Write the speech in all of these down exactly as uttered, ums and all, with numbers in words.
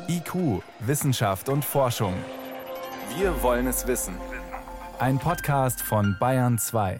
I Q, Wissenschaft und Forschung. Wir wollen es wissen. Ein Podcast von Bayern zwei.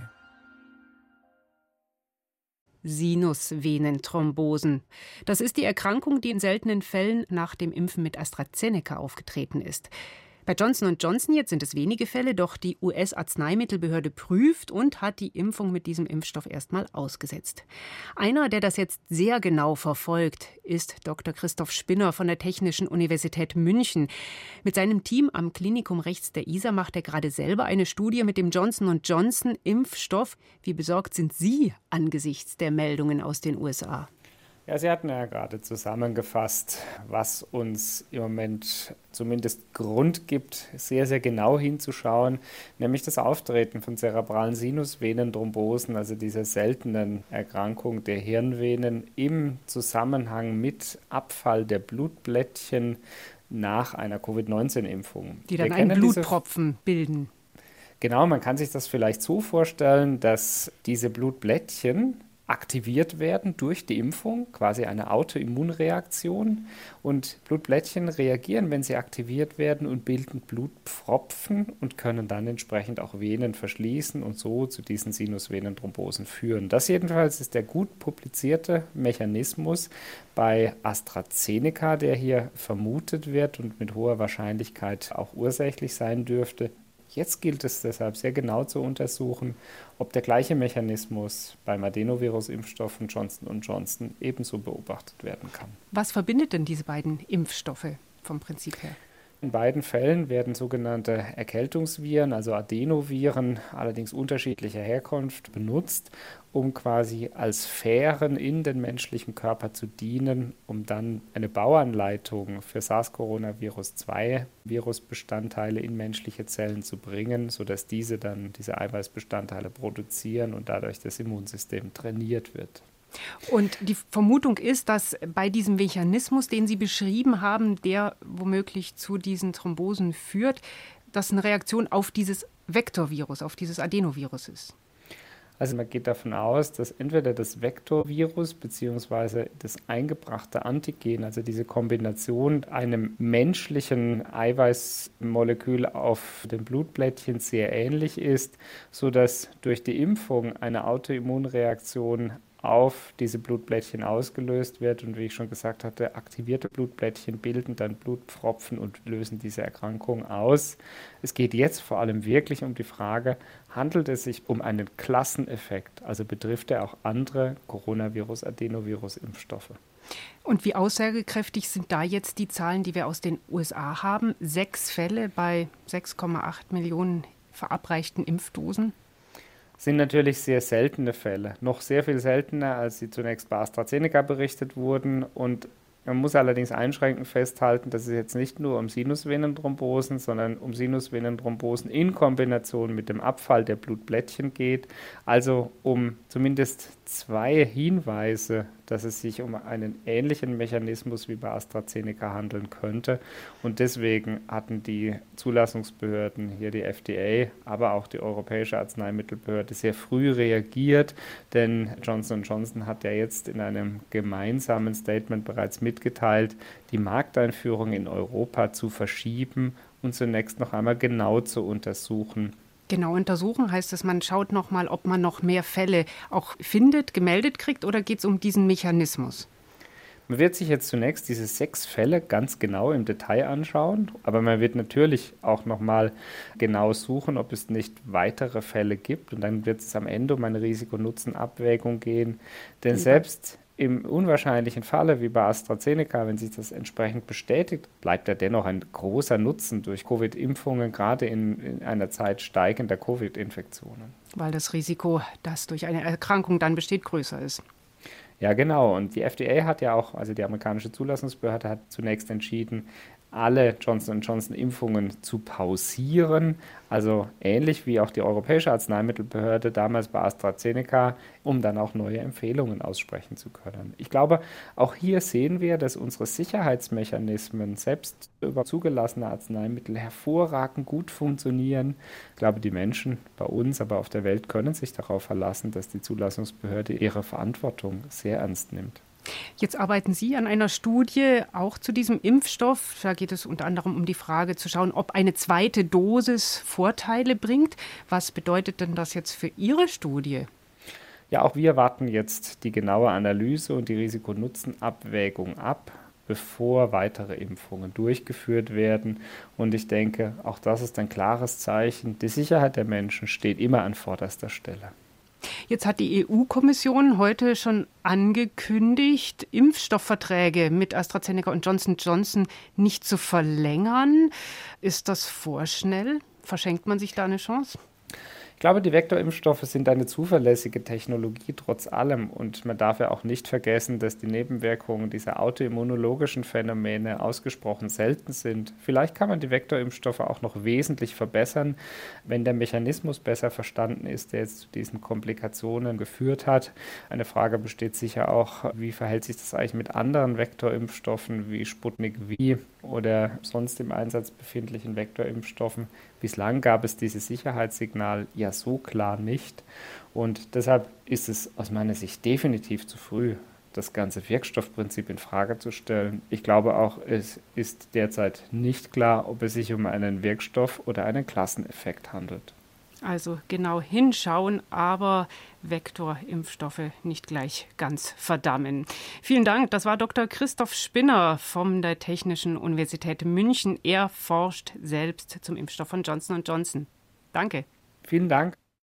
Sinusvenenthrombosen. Das ist die Erkrankung, die in seltenen Fällen nach dem Impfen mit AstraZeneca aufgetreten ist. Bei Johnson und Johnson jetzt sind es wenige Fälle, doch die U S-Arzneimittelbehörde prüft und hat die Impfung mit diesem Impfstoff erstmal ausgesetzt. Einer, der das jetzt sehr genau verfolgt, ist Doktor Christoph Spinner von der Technischen Universität München. Mit seinem Team am Klinikum rechts der Isar macht er gerade selber eine Studie mit dem Johnson und Johnson Impfstoff. Wie besorgt sind Sie angesichts der Meldungen aus den U S A? Ja, Sie hatten ja gerade zusammengefasst, was uns im Moment zumindest Grund gibt, sehr, sehr genau hinzuschauen, nämlich das Auftreten von zerebralen Sinusvenenthrombosen, also dieser seltenen Erkrankung der Hirnvenen im Zusammenhang mit Abfall der Blutblättchen nach einer Covid neunzehn Impfung. Die dann einen Blutpropfen diese... bilden. Genau, man kann sich das vielleicht so vorstellen, dass diese Blutblättchen aktiviert werden durch die Impfung, quasi eine Autoimmunreaktion. Und Blutblättchen reagieren, wenn sie aktiviert werden, und bilden Blutpfropfen und können dann entsprechend auch Venen verschließen und so zu diesen Sinusvenenthrombosen führen. Das jedenfalls ist der gut publizierte Mechanismus bei AstraZeneca, der hier vermutet wird und mit hoher Wahrscheinlichkeit auch ursächlich sein dürfte. Jetzt gilt es deshalb sehr genau zu untersuchen, ob der gleiche Mechanismus beim Adenovirus-Impfstoff von Johnson und Johnson ebenso beobachtet werden kann. Was verbindet denn diese beiden Impfstoffe vom Prinzip her? In beiden Fällen werden sogenannte Erkältungsviren, also Adenoviren, allerdings unterschiedlicher Herkunft, benutzt, um quasi als Fähren in den menschlichen Körper zu dienen, um dann eine Bauanleitung für SARS-CoV zwei Virusbestandteile in menschliche Zellen zu bringen, sodass diese dann diese Eiweißbestandteile produzieren und dadurch das Immunsystem trainiert wird. Und die Vermutung ist, dass bei diesem Mechanismus, den Sie beschrieben haben, der womöglich zu diesen Thrombosen führt, dass eine Reaktion auf dieses Vektorvirus, auf dieses Adenovirus ist. Also man geht davon aus, dass entweder das Vektorvirus bzw. das eingebrachte Antigen, also diese Kombination einem menschlichen Eiweißmolekül auf dem Blutblättchen sehr ähnlich ist, sodass durch die Impfung eine Autoimmunreaktion auf diese Blutblättchen ausgelöst wird und, wie ich schon gesagt hatte, aktivierte Blutblättchen bilden dann Blutpfropfen und lösen diese Erkrankung aus. Es geht jetzt vor allem wirklich um die Frage, handelt es sich um einen Klasseneffekt, also betrifft er auch andere Coronavirus-Adenovirus-Impfstoffe? Und wie aussagekräftig sind da jetzt die Zahlen, die wir aus den U S A haben? Sechs Fälle bei sechs Komma acht Millionen verabreichten Impfdosen? Sind natürlich sehr seltene Fälle, noch sehr viel seltener, als sie zunächst bei AstraZeneca berichtet wurden. Und man muss allerdings einschränkend festhalten, dass es jetzt nicht nur um Sinusvenenthrombosen, sondern um Sinusvenenthrombosen in Kombination mit dem Abfall der Blutblättchen geht. Also um zumindest zwei Hinweise, dass es sich um einen ähnlichen Mechanismus wie bei AstraZeneca handeln könnte. Und deswegen hatten die Zulassungsbehörden, hier die F D A, aber auch die Europäische Arzneimittelbehörde, sehr früh reagiert. Denn Johnson und Johnson hat ja jetzt in einem gemeinsamen Statement bereits mitgeteilt, die Markteinführung in Europa zu verschieben und zunächst noch einmal genau zu untersuchen. Genau untersuchen heißt es, man schaut noch mal, ob man noch mehr Fälle auch findet, gemeldet kriegt, oder geht es um diesen Mechanismus? Man wird sich jetzt zunächst diese sechs Fälle ganz genau im Detail anschauen, aber man wird natürlich auch noch mal genau suchen, ob es nicht weitere Fälle gibt, und dann wird es am Ende um eine Risiko-Nutzen-Abwägung gehen, denn ja. Selbst im unwahrscheinlichen Falle wie bei AstraZeneca, wenn sich das entsprechend bestätigt, bleibt ja dennoch ein großer Nutzen durch Covid-Impfungen, gerade in, in einer Zeit steigender Covid-Infektionen. Weil das Risiko, das durch eine Erkrankung dann besteht, größer ist. Ja, genau. Und die F D A hat ja auch, also die amerikanische Zulassungsbehörde hat zunächst entschieden, alle Johnson und Johnson-Impfungen zu pausieren, also ähnlich wie auch die Europäische Arzneimittelbehörde damals bei AstraZeneca, um dann auch neue Empfehlungen aussprechen zu können. Ich glaube, auch hier sehen wir, dass unsere Sicherheitsmechanismen selbst über zugelassene Arzneimittel hervorragend gut funktionieren. Ich glaube, die Menschen bei uns, aber auf der Welt können sich darauf verlassen, dass die Zulassungsbehörde ihre Verantwortung sehr ernst nimmt. Jetzt arbeiten Sie an einer Studie auch zu diesem Impfstoff. Da geht es unter anderem um die Frage zu schauen, ob eine zweite Dosis Vorteile bringt. Was bedeutet denn das jetzt für Ihre Studie? Ja, auch wir warten jetzt die genaue Analyse und die Risiko-Nutzen-Abwägung ab, bevor weitere Impfungen durchgeführt werden. Und ich denke, auch das ist ein klares Zeichen. Die Sicherheit der Menschen steht immer an vorderster Stelle. Jetzt hat die E U-Kommission heute schon angekündigt, Impfstoffverträge mit AstraZeneca und Johnson und Johnson nicht zu verlängern. Ist das vorschnell? Verschenkt man sich da eine Chance? Ich glaube, die Vektorimpfstoffe sind eine zuverlässige Technologie trotz allem und man darf ja auch nicht vergessen, dass die Nebenwirkungen dieser autoimmunologischen Phänomene ausgesprochen selten sind. Vielleicht kann man die Vektorimpfstoffe auch noch wesentlich verbessern, wenn der Mechanismus besser verstanden ist, der jetzt zu diesen Komplikationen geführt hat. Eine Frage besteht sicher auch, wie verhält sich das eigentlich mit anderen Vektorimpfstoffen wie Sputnik V oder sonst im Einsatz befindlichen Vektorimpfstoffen. Bislang gab es dieses Sicherheitssignal ja so klar nicht und deshalb ist es aus meiner Sicht definitiv zu früh, das ganze Wirkstoffprinzip in Frage zu stellen. Ich glaube auch, es ist derzeit nicht klar, ob es sich um einen Wirkstoff oder einen Klasseneffekt handelt. Also genau hinschauen, aber Vektorimpfstoffe nicht gleich ganz verdammen. Vielen Dank. Das war Doktor Christoph Spinner von der Technischen Universität München. Er forscht selbst zum Impfstoff von Johnson und Johnson. Danke. Vielen Dank.